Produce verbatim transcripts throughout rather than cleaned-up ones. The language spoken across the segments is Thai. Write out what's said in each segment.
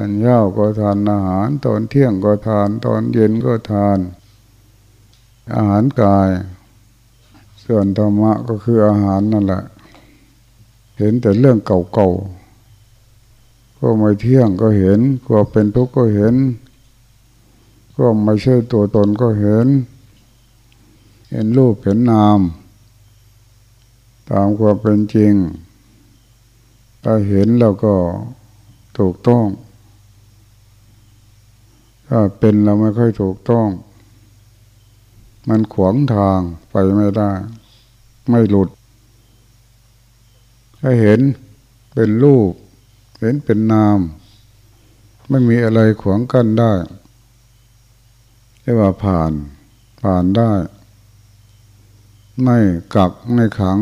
อนเช้าก็ทานอาหารตอนเที่ยงก็ทานตอนเย็นก็ทานอาหารกายส่วนธรรมะก็คืออาหารนั่นแหละเห็นแต่เรื่องเก่าๆก็ไม่เที่ยงก็เห็นก็เป็นทุกข์ก็เห็นก็ไม่ใช่ตัวตนก็เห็นเห็นรูปเห็นนามตามความเป็นจริงถ้าเห็นแล้วก็ถูกต้องถ้าเป็นเราไม่ค่อยถูกต้องมันขวางทางไปไม่ได้ไม่หลุดถ้าเห็นเป็นรูปเห็นเป็นนามไม่มีอะไรขวางกั้นได้เรียกว่าผ่านผ่านได้ไม่กักไม่ขัง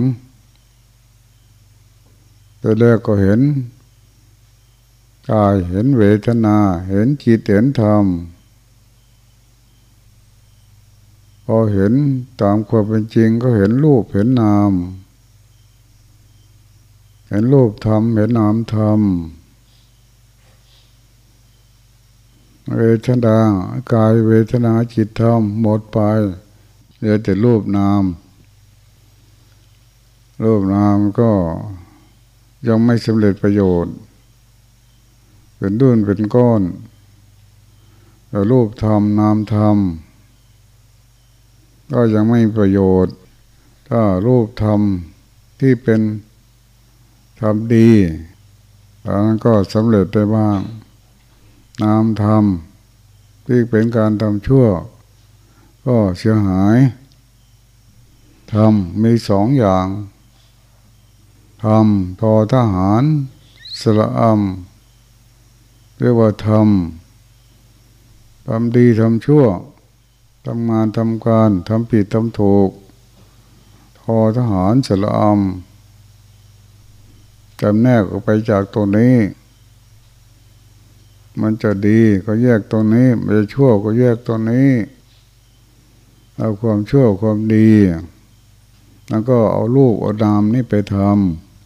แต่แรกก็เห็นกายเห็นเวทนาเห็นจิตเห็นธรรมพอเห็นตามความเป็นจริงก็เห็นรูปเห็นนามเห็นรูปธรรมเห็นนามธรรมเวทนากายเวทนาจิตธรรมหมดไปเหลือแต่รูปนามรูปนามก็ยังไม่สำเร็จประโยชน์เป็นดุ้นเป็นก้อนแต่รูปธรรมนามธรรมก็ยังไม่มีประโยชน์ถ้ารูปธรรมที่เป็นธรรมดีอันนั้นก็สำเร็จได้บ้างนามธรรมที่เป็นการทำชั่วก็เสียหายธรรมมีสองอย่างธรรมทอทหารสระอำเรียกว่าธรรมทำดีทำชั่วทำงานทำการทำผิดทำถูกทอทหารสระอำจำแนกออกไปจากตัวนี้มันจะดีก็แยกตัวนี้มันจะชั่วก็แยกตัวนี้เอาความชั่วความดีแล้วก็เอาลูกเอานามนี่ไปทำ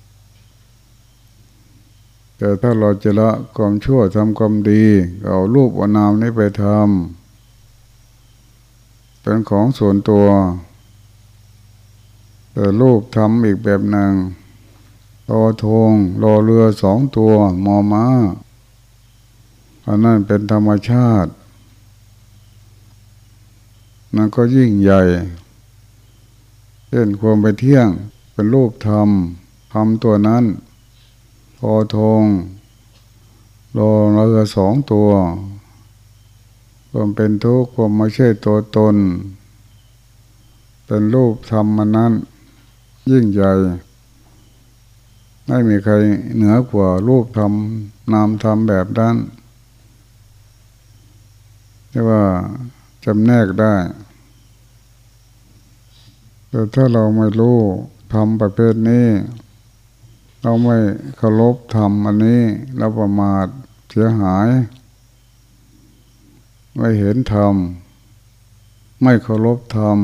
แต่ถ้าเราจะละความชั่วทำความดีเอารูปเอานามนี่ไปทำเป็นของส่วนตัวแต่รูปทำอีกแบบหนึ่งรอธงรอเรือสองตัวมอม้าอันนั้นเป็นธรรมชาตินั่นก็ยิ่งใหญ่เช่นความไปเที่ยงเป็นรูปธรรมธรรมตัวนั้นพอทงรอเรือสองตัวความเป็นทุกข์ความไม่ใช่ตัวตนเป็นรูปธรรมมันนั้นยิ่งใหญ่ไม่มีใครเหนือกว่ารูปธรรมนามธรรมแบบนั้นเรียกว่าจำแนกได้แต่ถ้าเราไม่รู้ธรรมประเภทนี้เราไม่เคารพธรรมอันนี้เราประมาทเสียหายไม่เห็นธรรมไม่เคารพธรรม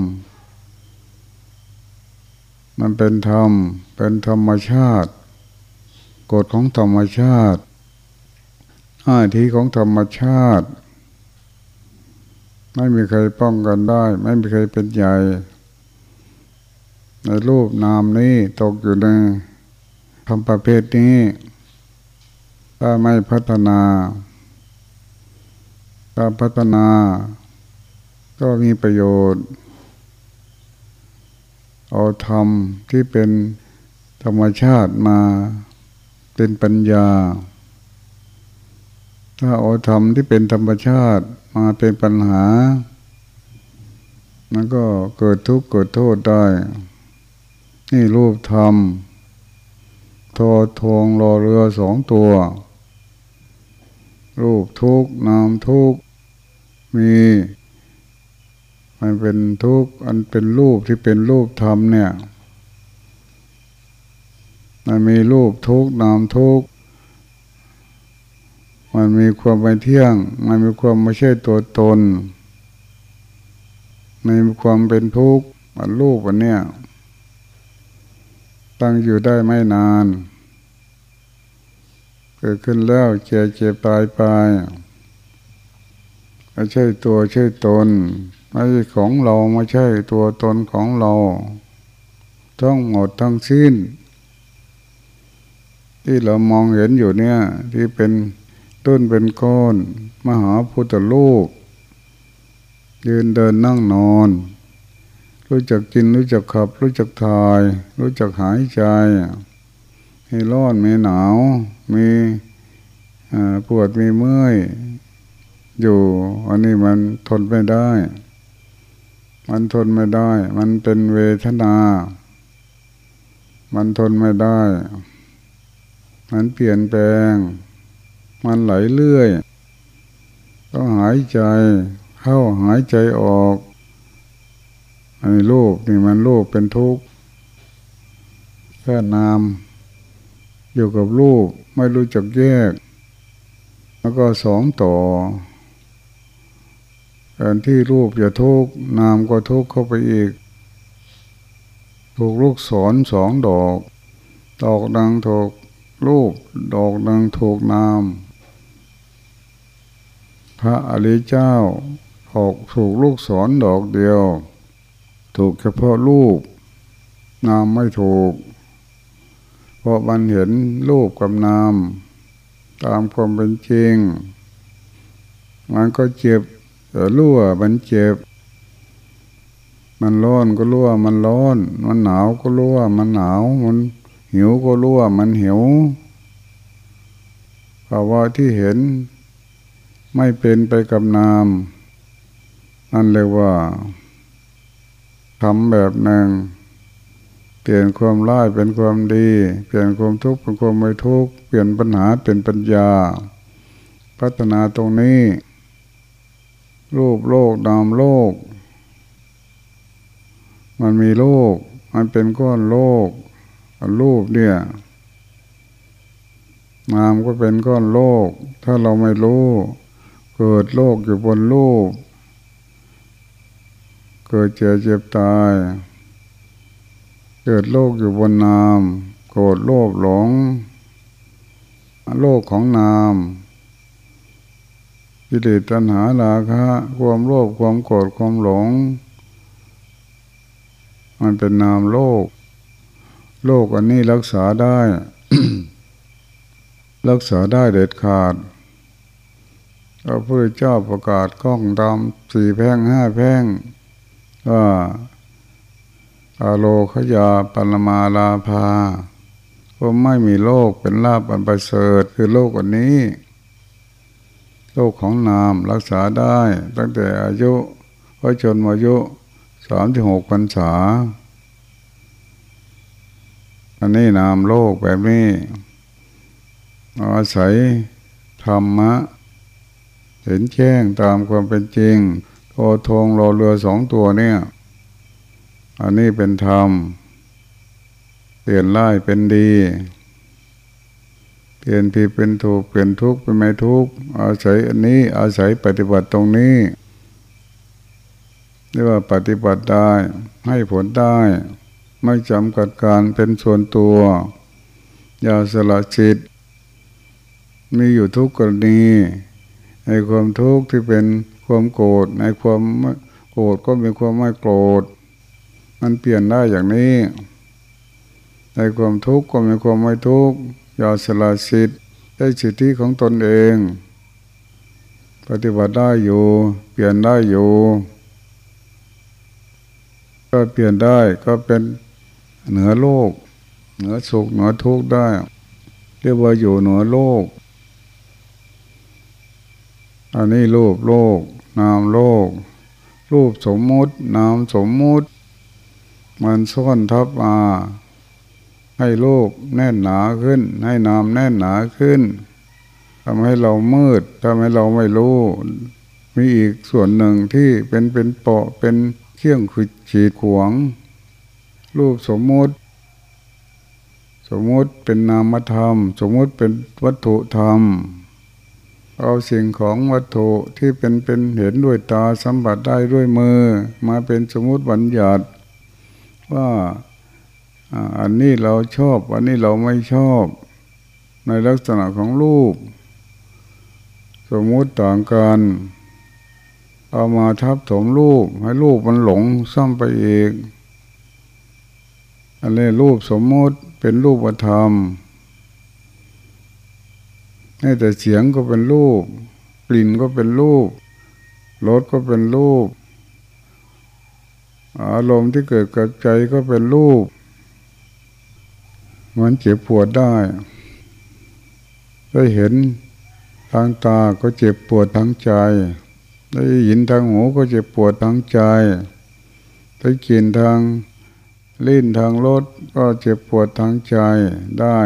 มันเป็นธรรมเป็นธรรมชาติกฎของธรรมชาติหน้าที่ของธรรมชาติไม่มีใครป้องกันได้ไม่มีใครเป็นใหญ่ในรูปนามนี้ตกอยู่ในธรรมประเภทนี้ถ้าไม่พัฒนาถ้าพัฒนาก็มีประโยชน์เอาธรรมที่เป็นธรรมชาติมาเป็นปัญญาถ้าเอาธรรมที่เป็นธรรมชาติมาเป็นปัญหามันก็เกิดทุกข์เกิดโทษได้นี่รูปธรรมทอทงรอเรือสองตัวรูปทุกข์นามทุกข์มีมันเป็นทุกข์อันเป็นรูปที่เป็นรูปธรรมเนี่ยมันมีรูปทุกข์นามทุกข์มันมีความไม่เที่ยงมันมีความไม่ใช่ตัวตนมันมีความเป็นทุกข์มันรูปอันเนี้ยตั้งอยู่ได้ไม่นานเกิดขึ้นแล้วแก่เจ็บตายไปไม่ใช่ตัวใช่ตนไม่ใช่ของเราไม่ใช่ตัวตนของเราทั้งหมดทั้งสิ้นที่เรามองเห็นอยู่เนี่ยที่เป็นต้นเป็นก้อนมหาพุทธรูปยืนเดินนั่งนอนรู้จักกินรู้จักขับรู้จักถ่ายรู้จักหายใจมีร้อนมีหนาวมีปวดมีเมื่อยอยู่อันนี้มันทนไม่ได้มันทนไม่ได้มันเป็นเวทนามันทนไม่ได้มันเปลี่ยนแปลงมันไหลเรื่อยต้องหายใจเข้าหายใจออกไอ้โลกนี่มันโลกเป็นทุกข์แค่นามอยู่กับรูปไม่รู้จักแยกแล้วก็สองต่อแทนที่รูปจะทุกข์นามก็ทุกข์เข้าไปอีกถูกลูกศรสองดอกดอกดังถูกรูปดอกดังถูกนามพระอริยเจ้าออกถูกลูกศรดอกเดียวถูกเฉพาะรูปนามไม่ถูกเพราะมันเห็นรูปกับนามตามความเป็นจริงมันก็เจ็บแต่รู้ว่ามันเจ็บมันร้อนก็รู้ว่ามันร้อนมันหนาวก็รู้ว่ามันหนาวมันหิวก็รู้ว่ามันหิวภาวะที่เห็นไม่เป็นไปกับนามนั่นเรียกว่าทำแบบหนึ่งเปลี่ยนความร้ายเป็นความดีเปลี่ยนความทุกข์เป็นความไม่ทุกข์เปลี่ยนปัญหาเป็นปัญญาพัฒนาตรงนี้รูปโลกนามโลกมันมีโลกมันเป็นก้อนโลกรูปเนี่ยนามก็เป็นก้อนโลกถ้าเราไม่รู้เกิดโลกอยู่บนรูปเกิดเจ็บเจ็บตายเกิดโลกอยู่บนนามโกรธโลภหลงโลกของนามกิเลสตัณหาราคะความโลภความโกรธความหลงมันเป็นนามโลกโลกอันนี้รักษาได้ รักษาได้เด็ดขาดพระพุทธเจ้าประกาศกล้องดำสี่แพร่งห้าแพร่งว่าอาโลคยาปรมาลาภาก็ไม่มีโลกเป็นลาภอันประเสริฐคือโลกอันนี้โลกของนามรักษาได้ตั้งแต่อายุพระชนมายุสามสิบหกพรรษาอันนี้นามโลกแบบนี้อาศัยธรรมะเห็นแจ้งตามความเป็นจริงโททงรอเรือสองตัวเนี่ยอันนี้เป็นธรรมเปลี่ยนร้ายเป็นดีเปลี่ยนผิดเป็นถูกเปลี่ยนทุกข์เป็นไม่ทุกข์อาศัยอันนี้อาศัยปฏิบัติตรงนี้เรียกว่าปฏิบัติได้ให้ผลได้ไม่จำกัดการเป็นส่วนตัวอย่าสละจิตมีอยู่ทุกกรณีในความทุกข์ที่เป็นความโกรธในความโกรธก็มีความไม่โกรธมันเปลี่ยนได้อย่างนี้ในความทุกข์ก็มีความไม่ทุกข์อย่าสละสิทธิ์ได้สิทธิของตนเองปฏิบัติได้อยู่เปลี่ยนได้อยู่ก็เปลี่ยนได้ก็เป็นเหนือโลกเหนือสุขเหนือทุกข์ได้เรียกว่าอยู่เหนือโลกอันนี้รูปโลกนามโลกรูปสมมุตินามสมมุติมันซ่อนทับมาให้โลกแน่นหนาขึ้นให้นามแน่นหนาขึ้นทำให้เรามืดทำให้เราไม่รู้มีอีกส่วนหนึ่งที่เป็นเป็นเปาะเป็นเครื่องขุดขีดขวางรูปสมมุติสมมุติเป็นนามธรรมสมมุติเป็นวัตถุธรรมเอาสิ่งของวัตถุที่เป็นเป็นเห็นด้วยตาสัมผัสได้ด้วยมือมาเป็นสมมุติบัญญัติว่าอันนี้เราชอบอันนี้เราไม่ชอบในลักษณะของรูปสมมุติต่างกันเอามาทับถมรูปให้รูปมันหลงซ้ำไปอีกอันนี้รูปสมมุติเป็นรูปธรรมให้แต่เสียงก็เป็นรูปกลิ่นก็เป็นรูปรสก็เป็นรูปอารมณ์ที่เกิดกับใจก็เป็นรูปมันเจ็บปวดได้ได้เห็นทางตาก็เจ็บปวดทางใจได้ยินทางหูก็เจ็บปวดทางใจได้กลิ่นทางลิ้นทางรสก็เจ็บปวดทางใจได้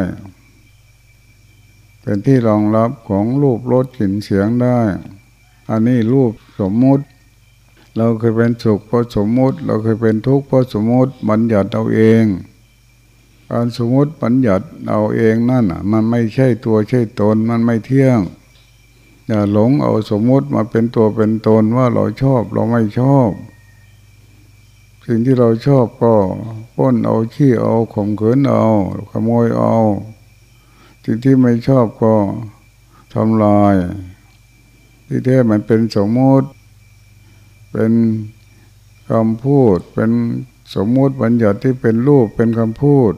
เป็นที่รองรับของรูปรสกลิ่นเสียงได้อันนี้รูปสมมุติเราเคยเป็นสุขเพราะสมมุติเราเคยเป็นทุกข์เพราะสมมุติบัญญัติเอาเองการสมมุติบัญญัติเอาเองนั่นอ่ะมันไม่ใช่ตัวใช่ตนมันไม่เที่ยงอย่าหลงเอาสมมุติมาเป็นตัวเป็นตนว่าเราชอบเราไม่ชอบสิ่งที่เราชอบก็ปล้นเอาขี้เอาข่มขืนเอาขโมยเอาสิ่งที่ไม่ชอบก็ทำลายที่แท้มันเป็นสมมุติเป็นคำพูดเป็นสมมุติบัญญัติที่เป็นรูปเป็นคำพูด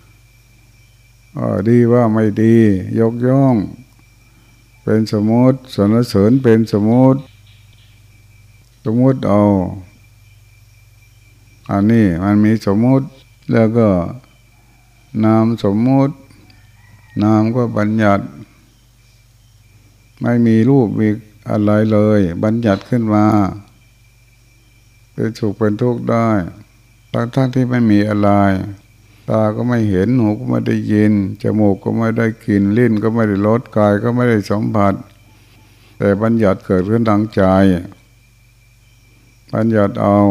ดีว่าไม่ดียกย่องเป็นสมมุติสรรเสริญเป็นสมมุติสมมุติเอาอันนี้มันมีสมมุติแล้วก็นามสมมุตินามก็บัญญัติไม่มีรูปมีอะไรเลยบัญญัติขึ้นมาเป็นสุขเป็นทุกข์ได้ทั้งทั้งที่ไม่มีอะไรตาก็ไม่เห็นหูก็ไม่ได้ยินจมูกก็ไม่ได้กลิ่นลิ้นก็ไม่ได้รสกายก็ไม่ได้สัมผัสแต่บัญญัติเกิดขึ้นทางใจบัญญัติเอา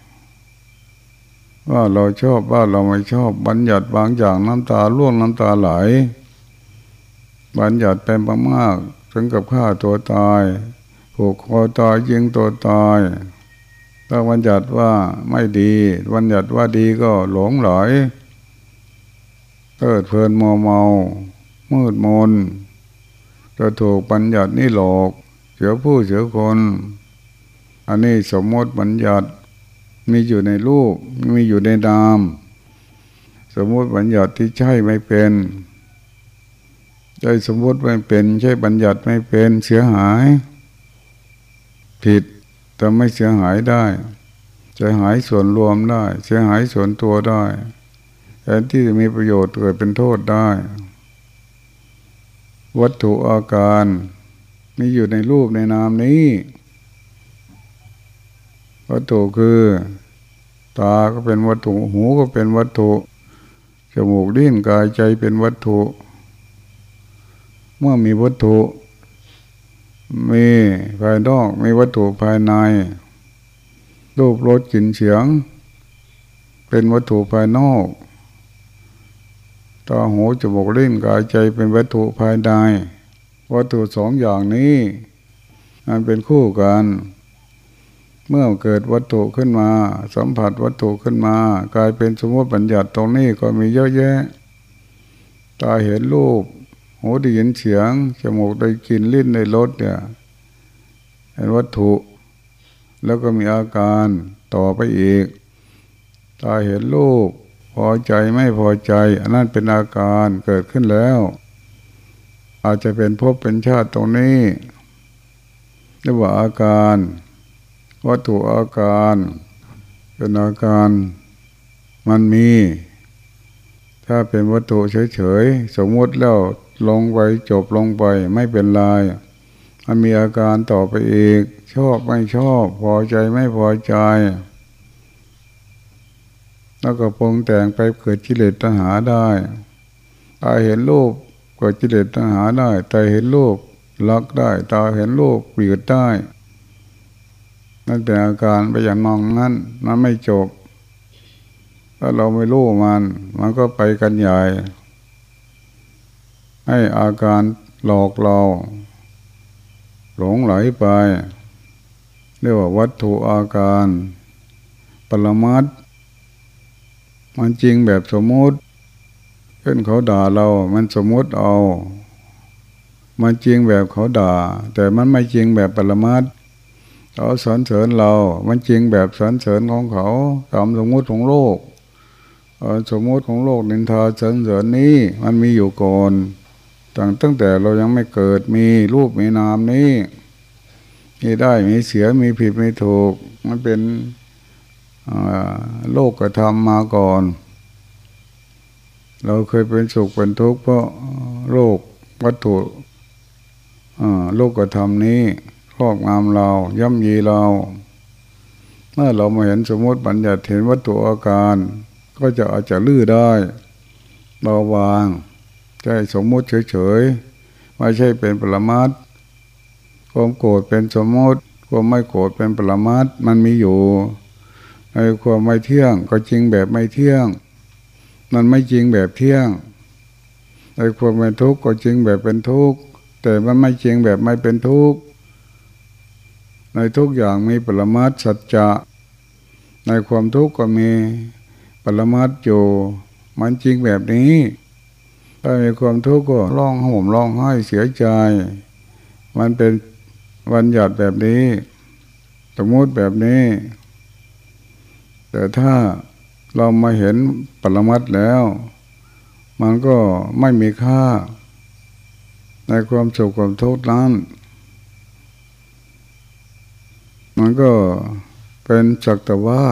ว่าเราชอบว่าเราไม่ชอบบัญญัติบางอย่างน้ำตาร่วงน้ำตาไหลบัญญัติเป็นมากๆถึงกับฆ่าตัวตายผูกคอตายยิงตัวตายถ้าบัญญัติว่าไม่ดีบัญญัติว่าดีก็หลงไหลเกิดเพลินมัวเมามืดมนจะถูกบัญญัตินี่หลอกเสียผู้เสียคนอันนี้สมมติบัญญัติมีอยู่ในรูปมีอยู่ในนามสมมติบัญญัติที่ใช่ไม่เป็นใช่สมมติไม่เป็นใช่บัญญัติไม่เป็นเสียหายผิดแต่ไม่เสียหายได้เสียหายส่วนรวมได้เสียหายส่วนตัวได้แทนที่จะมีประโยชน์เกิดเป็นโทษได้วัตถุอาการมีอยู่ในรูปในนามนี้วัตถุคือตาก็เป็นวัตถุหูก็เป็นวัตถุจมูกลิ้นกายใจเป็นวัตถุเมื่อมีวัตถุมีภายนอกมีวัตถุภายในรูปรสกลิ่นเสียงเป็นวัตถุภายนอกตาหูจมูกลิ้นกายใจเป็นวัตถุภายในวัตถุสองอย่างนี้มันเป็นคู่กันเมื่อเกิดวัตถุขึ้นมาสัมผัสวัตถุขึ้นมากลายเป็นสมมติบัญญัติตรงนี้ก็มีเยอะแยะตาเห็นรูปหูได้ยินเสียงจมูกได้กลิ่นลิ้นได้รสเนี่ยเป็นวัตถุแล้วก็มีอาการต่อไปอีกตาเห็นรูปพอใจไม่พอใจอันนั้นเป็นอาการเกิดขึ้นแล้วอาจจะเป็นภพเป็นชาติตรงนี้เรียกว่าอาการวัตถุอาการเป็นอาการมันมีถ้าเป็นวัตถุเฉยๆสมมติแล้วลงไปจบลงไปไม่เป็นไรมันมีอาการต่อไปอีกชอบไม่ชอบพอใจไม่พอใจแล้วก็ปรุงแต่งไปเกิดกิเลสตัณหาได้ตาเห็นรูปเกิดกิเลสตัณหาได้ตาเห็นรูปรักได้ตาเห็นรูปเกลียดได้นั่นเป็นอาการไปอย่างมองนั้นมันไม่จบถ้าเราไม่รู้มันมันก็ไปกันใหญ่ให้อาการหลอกเราหลงไหลไปเรียกว่าวัตถุอาการปรมัตถ์มันจริงแบบสมมุติเช่นเขาด่าเรามันสมมุติเอามันจริงแบบเขาด่าแต่มันไม่จริงแบบปรมัตถ์เขาสรรเสริญเรามันจริงแบบสรรเสริญของเขาตามสมมติของโลกสมมติของโลกนินทาสรรเสริญนี้มันมีอยู่ก่อนตั้งตั้งแต่เรายังไม่เกิดมีรูปมีนามนี้มีได้มีเสียมีผิดมีถูกมันเป็นโลกกระทำมาก่อนเราเคยเป็นสุขเป็นทุกข์เพราะโลกวัตถุโลกกระทำนี้ครอบงำเราย่ำยีเราเมื่อเรามาเห็นสมมติบัญญัติเห็นวัตถุอาการก็จะอาจจะลื้อได้เบาบางใช่สมมติเฉยๆไม่ใช่เป็นปรมัตถ์ความโกรธเป็นสมมติความไม่โกรธเป็นปรมัตถ์มันมีอยู่ในความไม่เที่ยงก็จริงแบบไม่เที่ยงมันไม่จริงแบบเที่ยงในความเป็นทุกข์ก็จริงแบบเป็นทุกข์แต่มันไม่จริงแบบไม่เป็นทุกข์ในทุกอย่างมีปรมัตถ์สัจจะในความทุกข์ก็มีปรมัตถ์อยู่มันจริงแบบนี้ถ้ามีความทุกข์ก็ร้องห่มร้องไห้เสียใจมันเป็นบัญญัติแบบนี้สมมติแบบนี้แต่ถ้าเรามาเห็นปรมัตถ์แล้วมันก็ไม่มีค่าในความสุขความทุกข์นั้นมันก็เป็นจักแต่ว่า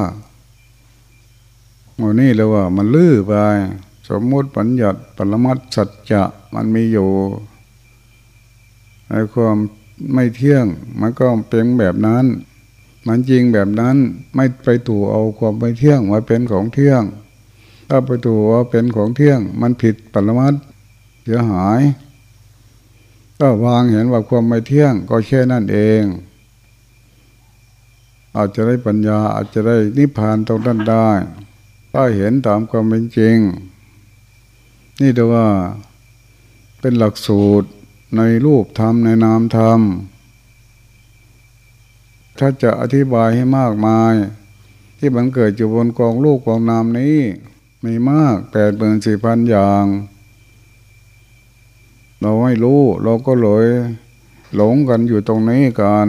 โอ้นี่เลยว่ามันลื้อไปสมมติบัญญัติปรมัตถ์สัจจะมันมีอยู่ในความไม่เที่ยงมันก็เป็นแบบนั้นมันจริงแบบนั้นไม่ไปตู่เอาความไม่เที่ยงมาเป็นของเที่ยงถ้าไปตู่ว่าเป็นของเที่ยงมันผิดปรมัตถ์เสียหายก็วางเห็นว่าความไม่เที่ยงก็แค่นั้นเองอาจจะได้ปัญญาอาจจะได้นิพพานตรงนั้นได้ถ้าเห็นตามความเป็นจริงนี่แต่ว่าเป็นหลักสูตรในรูปธรรมในนามธรรมถ้าจะอธิบายให้มากมายที่มันเกิดอยู่บนกองรูปกองนามนี้มีมากแปดหมื่นสี่พันอย่างเราไม่รู้เราก็เลยหลงกันอยู่ตรงนี้กัน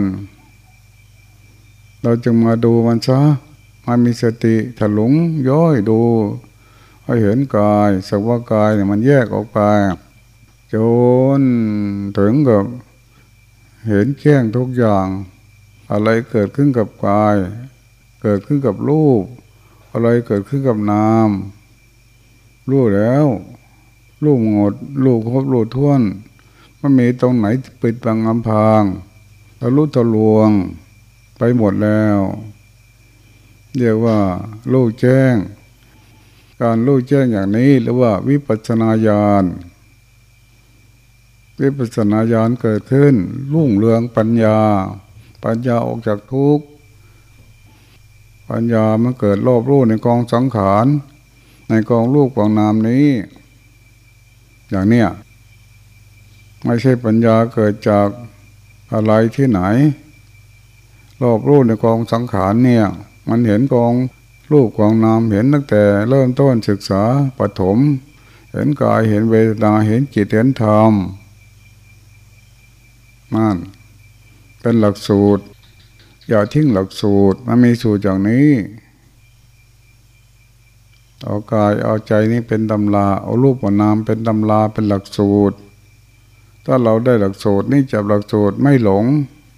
เราจึงมาดูมันซะมามีสติถลุงย้อยดูให้เห็นกายสักว่ากายเนี่ยมันแยกออกไปจนถึงกับเห็นแจ้งทุกอย่างอะไรเกิดขึ้นกับกายเกิดขึ้นกับรูปอะไรเกิดขึ้นกับนามรู้แล้วรู้หมดรู้ครบรู้ถ้วนมันมีตรงไหนปิดบังอำพรางทะลุทะลวงไปหมดแล้วเรียกว่ารู้แจ้งการรู้แจ้งอย่างนี้เรียกว่าวิปัสสนาญาณวิปัสสนาญาณเกิดขึ้นรุ่งเรืองปัญญาปัญญาออกจากทุกข์ปัญญามันเกิดรอบรู้ในกองสังขารในกองรูปกองนามนี้อย่างเนี้ยไม่ใช่ปัญญาเกิดจากอะไรที่ไหนรอบรู้ในกองสังขารเนี่ยมันเห็นกองรูปกองนามเห็นตั้งแต่เริ่มต้นศึกษาปฐมเห็นกายเห็นเวทนาเห็นจิตเห็นธรรมนั่นเป็นหลักสูตรอย่าทิ้งหลักสูตรมันมีสูตรอย่างนี้เอากายเอาใจนี้เป็นตำราเอารูปกับนามเป็นตำราเป็นหลักสูตรถ้าเราได้หลักสูตรนี่จับหลักสูตรไม่หลง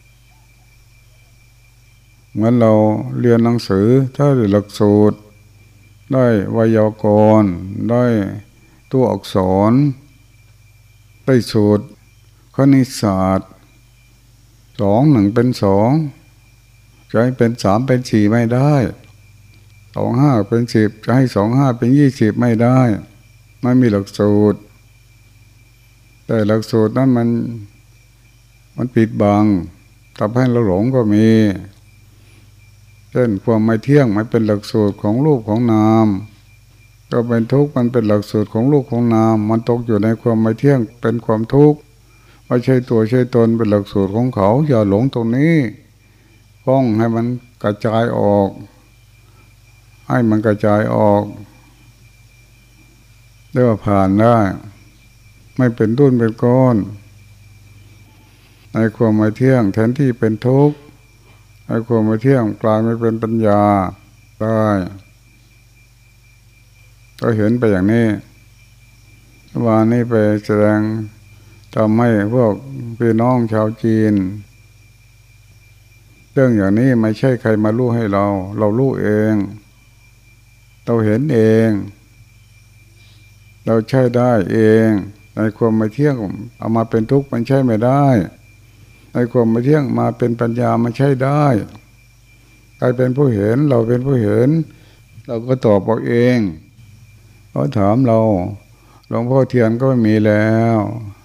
เหมือนเราเรียนหนังสือถ้าได้หลักสูตรได้ไวยากรณ์ได้ตัวอักษรได้สูตรคณิตศาสตร์สองหนึ่งเป็นสองจะให้เป็นสามเป็นสี่ไม่ได้สองห้าเป็นสิบจะให้สองห้าเป็นยี่สิบไม่ได้ไม่มีหลักสูตรแต่หลักสูตรนั้นมันมันปิดบังทำให้เราหลงก็มีเช่นความไม่เที่ยงมันเป็นหลักสูตรของรูปของนามก็เป็นทุกข์มันเป็นหลักสูตรของรูปของนามมันตกอยู่ในความไม่เที่ยงเป็นความทุกข์ไม่ใช่ตัวใช่ตนเป็นหลักสูตรของเขาอย่าหลงตรงนี้ป้องให้มันกระจายออกให้มันกระจายออกเรียกว่าผ่านได้ไม่เป็นตุ้นเป็นก้อนในความไม่เที่ยงแทนที่เป็นทุกข์ในความไม่เที่ยงกลายมาเป็นปัญญาได้ก็เห็นไปอย่างนี้วันนี้ไปแสดงทำให้พวกพี่น้องชาวจีนเรื่องอย่างนี้ไม่ใช่ใครมารู้ให้เราเรารู้เองเราเห็นเองเราใช้ได้เองในความไม่เที่ยงเอามาเป็นทุกข์มันใช่ไม่ได้ในความไม่เที่ยงมาเป็นปัญญามันใช่ได้ใครเป็นผู้เห็นเราเป็นผู้เห็นเราก็ตอบเอาเองเขาถามเราหลวงพ่อเทียนก็ไม่มีแล้ว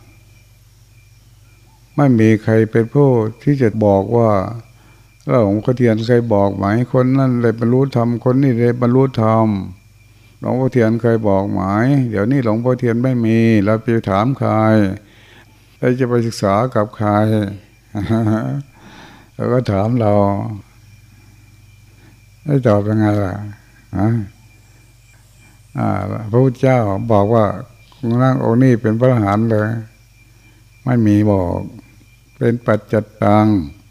ไม่มีใครเป็นผู้ที่จะบอกว่าหลวงพ่อเทียนเคยบอกไหมคนนั้นเลยบรรลุธรรมคนนี้เลยบรรลุธรรมหลวงพ่อเทียนเคยบอกไหมเดี๋ยวนี้หลวงพ่อเทียนไม่มีเราไปถามใครเราจะไปศึกษากับใครเราก็ถามเราได้ตอบยังไงล่ะพระพุทธเจ้าบอกว่าคุณนั่งองค์นี้เป็นพระอรหันต์เลยไม่มีบอกเป็นปัจจัตตัง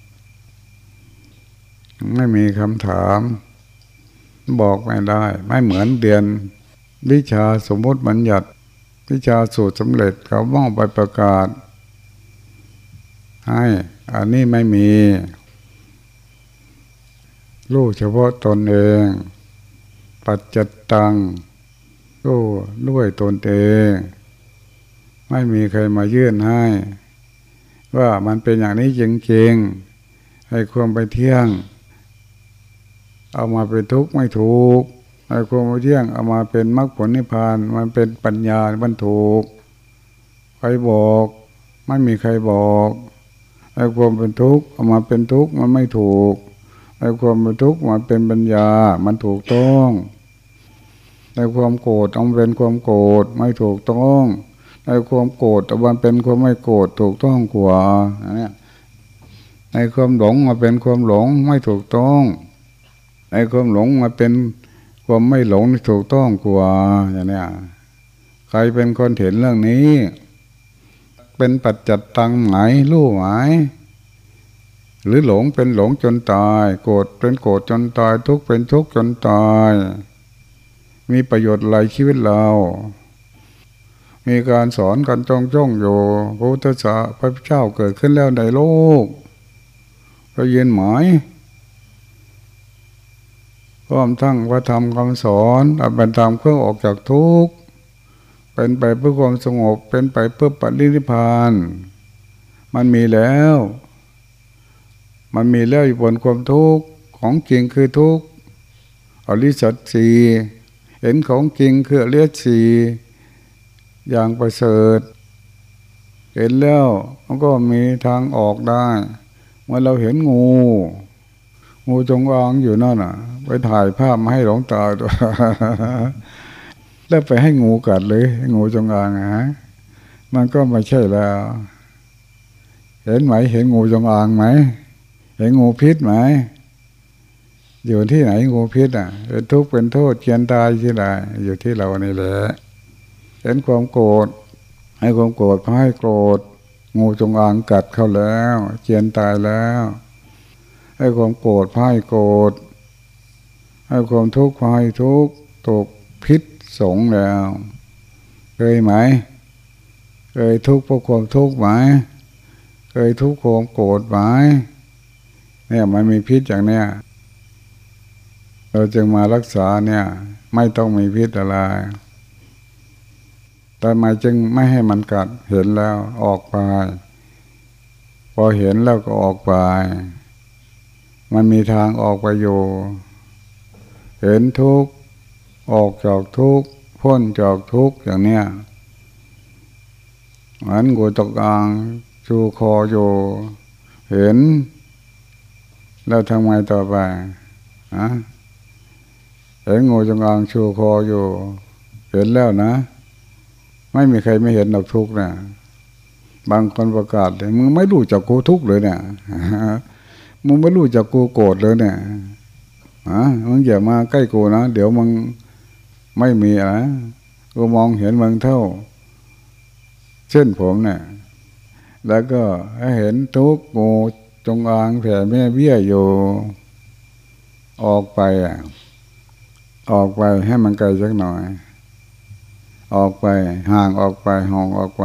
ไม่มีคำถามบอกไม่ได้ไม่เหมือนเรียนวิชาสมมติบัญญัติวิชาสูตรสำเร็จเขามอบไปประกาศให้อันนี้ไม่มีรู้เฉพาะตนเองปัจจัตตังรู้ด้วยตนเองไม่มีใครมายื่นให้ว่ามันเป็นอย่างนี้จริงๆให้ความไปเที่ยงเอามาเป็นทุกข์ไม่ถูกให้ความไปเที่ยงเอามาเป็นมรรคผลนิพพานมันเป็นปัญญามันถูกใครบอกไม่มีใครบอกให้ความเป็นทุกข์เอามาเป็นทุกข์มันไม่ถูกให้ความเป็นทุกข์มาเป็นปัญญามันถูกต้องในความโกรธเอาเป็นความโกรธไม่ถูกต้องในความโกรธเอามาเป็นความไม่โกรธถูกต้องกว่าเนี่ยในความหลงมาเป็นความหลงไม่ถูกต้องในความหลงมาเป็นความไม่หลงถูกต้องกว่าอย่างนี้ใครเป็นคนเห็นเรื่องนี้เป็นปัจจัตตังไหมรู้ไหมหรือหลงเป็นหลงจนตายโกรธเป็นโกรธจนตายทุกข์เป็นทุกข์จนตายมีประโยชน์อะไรชีวิตเรามีการสอนกันจ้องจ้องอยู่พระพุทธเจ้าพระเจ้าเกิดขึ้นแล้วในโลกเราเย็นหมายพร้อมทั้งพระธรรมคำสอนเอาเป็นธรรมเครื่องออกจากทุกข์เป็นไปเพื่อความสงบเป็นไปเพื่อปรินิพพานมันมีแล้วมันมีแล้วอยู่บนความทุกข์ของจริงคือทุกข์อริยสัจสี่เห็นของจริงคืออริยสัจสี่อย่างประเสริฐเห็นแล้วมันก็มีทางออกได้เมื่อเราเห็นงูงูจงอางอยู่นั่นน่ะไปถ่ายภาพมาให้หลวงตาตัวแล้วไปให้งูกัดเลยงูจงอางฮะมันก็ไม่ใช่แล้วเห็นไหมเห็นงูจงอางไหมเห็นงูพิษไหมอยู่ที่ไหนงูพิษอ่ะเป็นทุกข์เป็นโทษเจียนตายที่ไหนอยู่ที่เรานี่แหละเห็นความโกรธให้ความโกรธพอให้โกรธงูจงอางกัดเข้าแล้วเจียนตายแล้วให้ความโกรธพอให้โกรธให้ความทุกข์พอให้ทุกข์ตกพิษสงแล้วเคยไหมเคยทุกข์เพราะความทุกข์ไหมเคยทุกข์ความโกรธไหมเนี่ยมันมีพิษอย่างเนี้ยเราจึงมารักษาเนี่ยไม่ต้องมีพิษอะไรแต่ไม่จึงไม่ให้มันกัดเห็นแล้วออกไปพอเห็นแล้วก็ออกไปมันมีทางออกไปอยู่เห็นทุกข์ออกจากทุกข์พ้นจากทุกข์อย่างเนี้ยเหมือนงูจงอางชูคออยู่เห็นแล้วทำไงต่อไปฮะเห็นงูจงอางชูคออยู่เห็นแล้วนะไม่มีใครไม่เห็นดอกทุกข์นะบางคนประกาศเลยมึงไม่รู้จักกูทุกข์เลยเนี่ยมึงไม่รู้จักกูโกรธเลยเนี่ยฮะมึงอย่ามาใกล้กูนะเดี๋ยวมึงไม่มีอะไรกูมองเห็นมึงเท่าเส้นผมเนี่ยแล้วก็ให้เห็นทุกข์งูจงอางแผ่แม่เบี้ยอยู่ออกไปอ่ะออกไปให้มันไกลสักหน่อยออกไปห่างออกไปห่างออกไป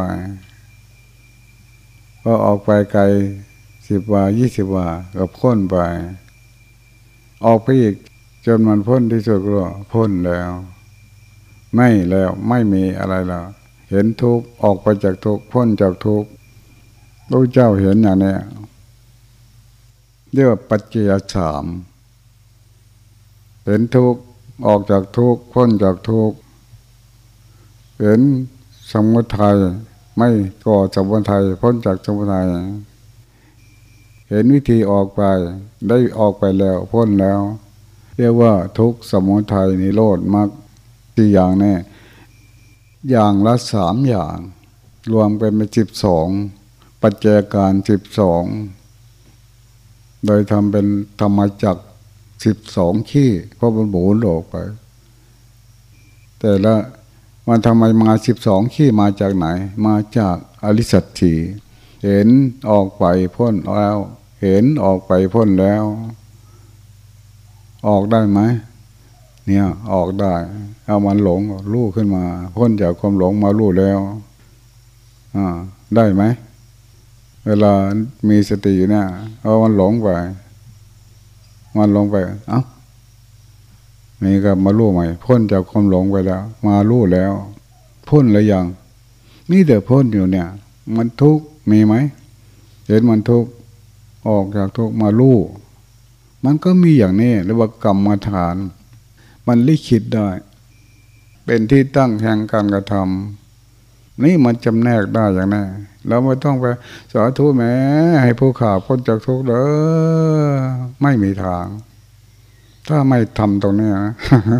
พอออกไปไกลสิบวายี่สิบวาก็พ้นไปออกไปอีกจนมันพ้นที่สุดก็พ้นแล้วไม่แล้วไม่มีอะไรแล้วเห็นทุกข์ออกไปจากทุกข์พ้นจากทุกข์พระเจ้าเห็นอย่างนี้เรียกว่าปัจเจยสามเห็นทุกข์ออกจากทุกข์พ้นจากทุกข์เห็นสมุทัยไม่ก่อสมุทัยพ้นจากสมุทัยเห็นวิธีออกไปได้ออกไปแล้วพ้นแล้วเรียกว่าทุกข์สมุทัยนิโรธมรรคสี่อย่างแน่อย่างละสามอย่างรวมกันเป็นสิบสองปัจจัยการสิบสองโดยทำเป็นธรรมจักรสิบสองขี้เพราะมันหมุนโลกไปแต่ละมันทำไมมาสิบสองขี้มาจากไหนมาจากอริสัตถีเห็นออกไปพ้นแล้วเห็นออกไปพ้นแล้วออกได้ไหมเนี่ยออกได้เอามันหลงรู้ขึ้นมาพ้นจากความหลงมารู้แล้วอ่าได้ไหมเวลามีสติอยู่เนี่ยเอามันหลงไปมันหลงไปเอ้านี่ก็มารู้ใหม่พ้นจากความหลงไปแล้วมารู้แล้วพ้นหรือยังนี่แต่พ้นอยู่เนี่ยมันทุกข์มีไหมเห็นมันทุกข์ออกจากทุกข์มารู้มันก็มีอย่างนี้เรียกว่ากรรมฐานมันลิขิตได้เป็นที่ตั้งแห่งการกระทำนี่มันจำแนกได้อย่างนี้เราไม่ต้องไปสาธุแม้ให้ผู้ข่าพ้นจากทุกข์เด้อไม่มีทางถ้าไม่ทำตรงนี้นะ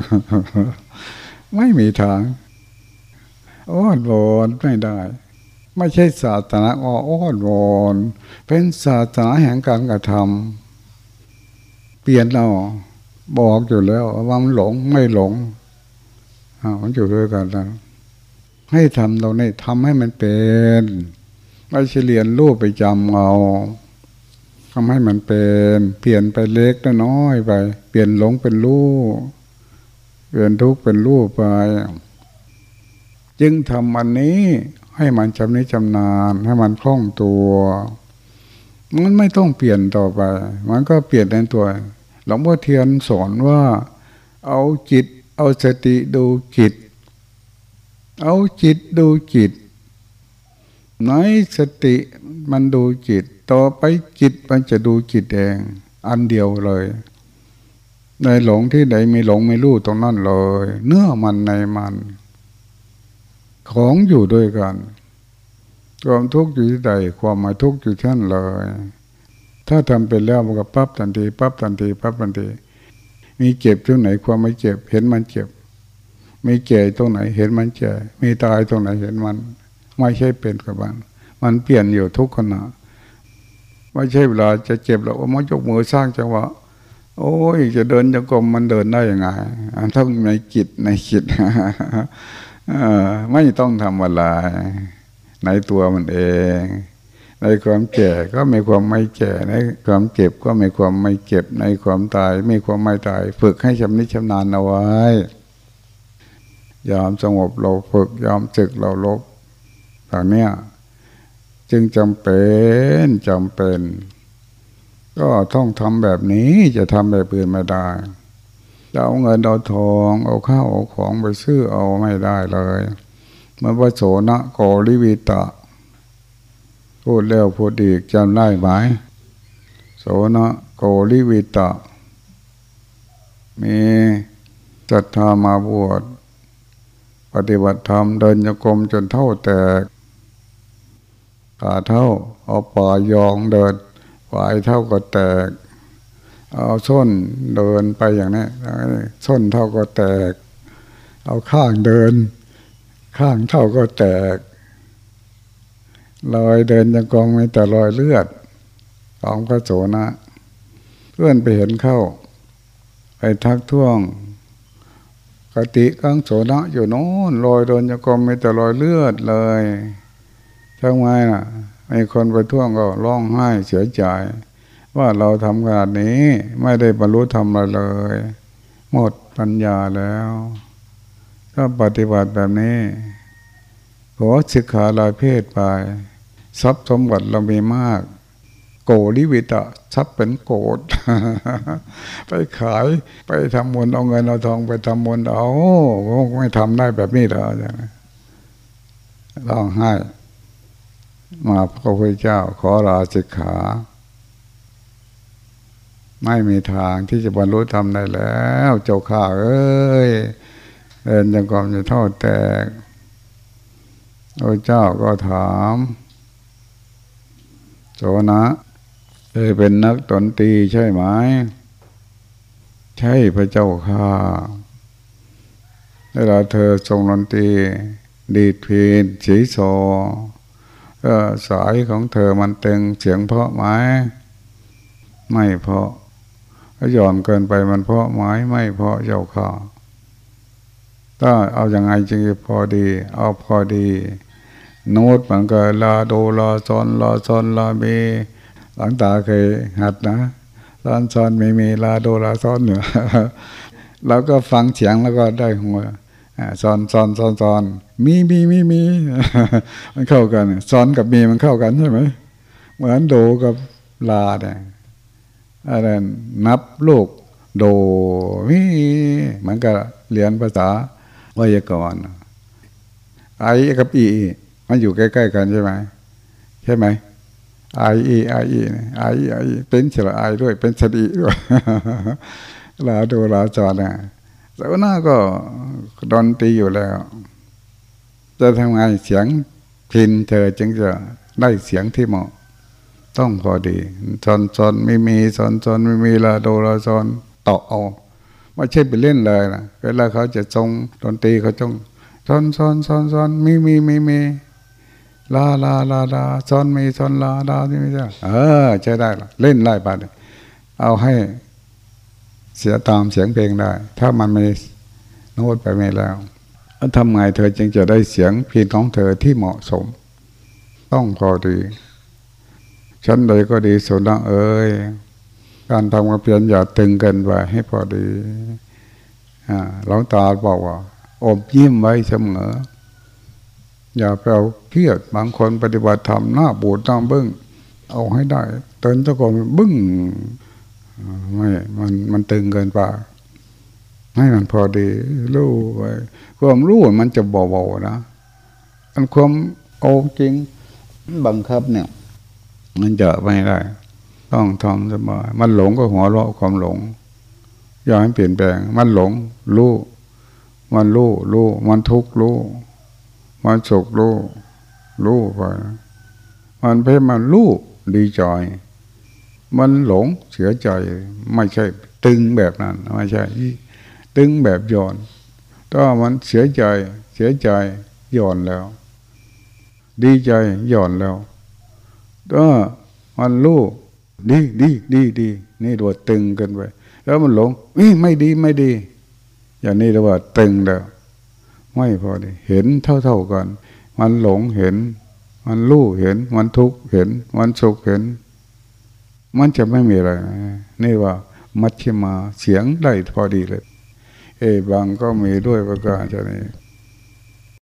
ไม่มีทางอ้อนวอนไม่ได้ไม่ใช่ศาสนาอ้อนวอนเป็นศาสนาแห่งการกระทำเปลี่ยนเราบอกอยู่แล้วว่ามันหลงไม่หลงอ่ามันอยู่ด้วยกันนะให้ทำตรงนี้ทำให้มันเป็นไม่ใช่เรียนรู้ไปจำเอาทำให้มันเป็นเปลี่ยนไปเล็กน้อยไปเปลี่ยนหลงเป็นรู้เปลี่ยนทุกข์เป็นรู้ไปจึงทำอันนี้ให้มันจำนี้จำนานให้มันคล่องตัวมันไม่ต้องเปลี่ยนต่อไปมันก็เปลี่ยนในตัวหลวงพ่อเทียนสอนว่าเอาจิตเอาสติดูจิตเอาจิตดูจิตไหนสติมันดูจิตต่อไปจิตมันจะดูจิตเองอันเดียวเลยในหลงที่ใดมีหลงไม่รู้ตรงนั้นเลยเนื้อมันในมันของอยู่ด้วยกันความทุกข์อยู่ที่ใดความไม่ทุกข์อยู่ที่นั่นเลยถ้าทำเป็นแล้วมันก็ปั๊บทันทีปั๊บทันทีปั๊บทันทีมีเจ็บตรงไหนความไม่เจ็บเห็นมันเจ็บมีแก่ตรงไหนเห็นมันแก่มีตายตรงไหนเห็นมันไม่ใช่เป็นกับมันมันเปลี่ยนอยู่ทุกขณะไม่ใช่เวลาจะเจ็บแล้วมายกมือสร้างจังหวะโอ้ยจะเดินจงกรมมันเดินได้ยังไงต้องในจิตในจิต ไม่ต้องทำอะไรในตัวมันเองในความแก่ก็มีความไม่แก่ในความเจ็บก็มีความไม่เจ็บในความตายมีความไม่ตายฝึกให้ชำนิชำนาญเอาไว้ยามสงบเราฝึกยามศึกเราลบตอนนี้จึงจำเป็นจำเป็นก็ต้องทำแบบนี้จะทำแบบอื่นไม่ได้จะเอาเงินเอาทองเอาข้าวเอาของไปซื้อเอาไม่ได้เลยเมื่อพระโสนะโกริวิตะพูดแล้วพูดอีกจำได้ไหมโสนะโกริวิตะมีศรัทธามาบวชปฏิบัติธรรมเดินโยกรมจนเท่าแตกขาเท่าเอาป่ายองเดินปลายเท่าก็แตกเอาส้นเดินไปอย่างนี้ส้นเท่าก็แตกเอาข้างเดินข้างเท่าก็แตกรอยเดินยังกองไม่แต่รอยเลือดของพระโสนะเพื่อนไปเห็นเข้าไปทักท้วงกติกังโสนะอยู่โน้นรอยเดินยังกองไม่แต่รอยเลือดเลยทำไมล่ะไปมีคนไปท่วงก็ร้องไห้เสียใจว่าเราทำขนาดนี้ไม่ได้บรรลุธรรมอะไรเลยหมดปัญญาแล้วถ้าปฏิบัติแบบนี้ขอศึกษาลายเพศไปทรัพย์สมบัติเรามีมากโกริวิตะทรัพย์เป็นโกด ไปขายไปทำบุญเอาเงินเอาทองไปทำบุญเอาไม่ทำได้แบบนี้เหรอร้องไห้มาพระพุทธเจ้าขอลาสิกขาไม่มีทางที่จะบรรลุธรรมได้แล้วเจ้าข้าเอ้ยเดินจงกรมจะทอดแตกพระเจ้าก็ถามโสนะเคยเป็นนักดนตรีใช่ไหมใช่พระเจ้าข้าเวลาเธอทรงดนตรีดีดพิณสีโซก็สายของเธอมันเต็งเสียงเพราะไหมไม่เพราะถ้าหย่อนเกินไปมันเพราะไหมไม่เพราะเจ้าข้าถ้าเอาอย่างไงจึงจะพอดีเอาพอดีโน้ตมันก็ลาโดลาซอนลาซอนลาเมหลังตาเคยหัดนะลาซอนไม่มีลาโดลาซอนเหนือเราก็ฟังเสียงแล้วก็ได้หัวซอนซอนซอนซอนมีมีมีมีมันเข้ากันซอนกับมีมันเข้ากันใช่ไหมเหมือนโดกับลาเนี่ยอะไรนับลูกโดมีมันก็เรียนภาษาไวยากรณ์ไอกับอีมันอยู่ใกล้ๆกันใช่ไหมใช่ไหมไออีไออีไอไอเป็นสระไอด้วยเป็นสระอีด้วยลาโดลาจอนะแต่ว่าหน้าก็ดนตรีอยู่แล้วจะทำไงเสียงพินเธอจึงจะได้เสียงที่เหมาะต้องพอดีซอนซอนไม่มีซอนซอนไม่มีลาโดลาซอนต่อเอาไม่ใช่ไปเล่นเลยนะเวลาเขาจะทรงดนตรีเขาต้องซอนซอนซอนซอนมีมีมีมีลาลาลาลาซอนมีซอนลาลาที่ไม่ใช่เออใช้ได้ละเล่นไล่ไปเอาให้เสียตามเสียงเพลงได้ถ้ามันไม่โน้ตไปไม่แล้วทำไงเธอจึงจะได้เสียงเพลงของเธอที่เหมาะสมต้องพอดีชั้นใดก็ดีสุนัขเอ้ยการทำความเพียรอย่าตึงเกินไปให้พอดีอ่าหลวงตาบอกว่าอมยิ้มไว้เสมออย่าไปเอาเครียดบางคนปฏิบัติธรรมหน้าบูดหน้าบึ้งเอาให้ได้เตือนเจ้าของบึ้งไม่มันมันตึงเกินไปให้มันพอดีรู้ไว้ความรู้มันจะเบาๆนะอันความเอาจริงบังคับเนี่ยมันจะไม่ได้ต้องทำสบายมันหลงก็หัวเราะความหลงอย่าให้เปลี่ยนแปลงมันหลงรู้มันรู้รู้มันทุกข์รู้มันสุขรู้รู้ไปมันเพ่มันรู้ดีใจมันหลงเสียใจไม่ใช่ตึงแบบนั้นไม่ใช่ตึงแบบหย่อนถ้ามันเสียใจเสียใจหย่อนแล้วดีใจหย่อนแล้วถ้ามันรู้ดีดีดีดีนี่ตัวตึงเกินไปแล้วมันหลงอีไม่ดีไม่ดีอย่างนี้เรียกว่าตึงแล้วไม่พอดีเห็นเท่าๆกันมันหลงเห็นมันรู้เห็นมันทุกข์เห็นมันสุขเห็นมันจะไม่มีอะไรนี่ว่ามัชฌิมาเสียงได้พอดีเลยเอบางก็มีด้วยประการฉะนี้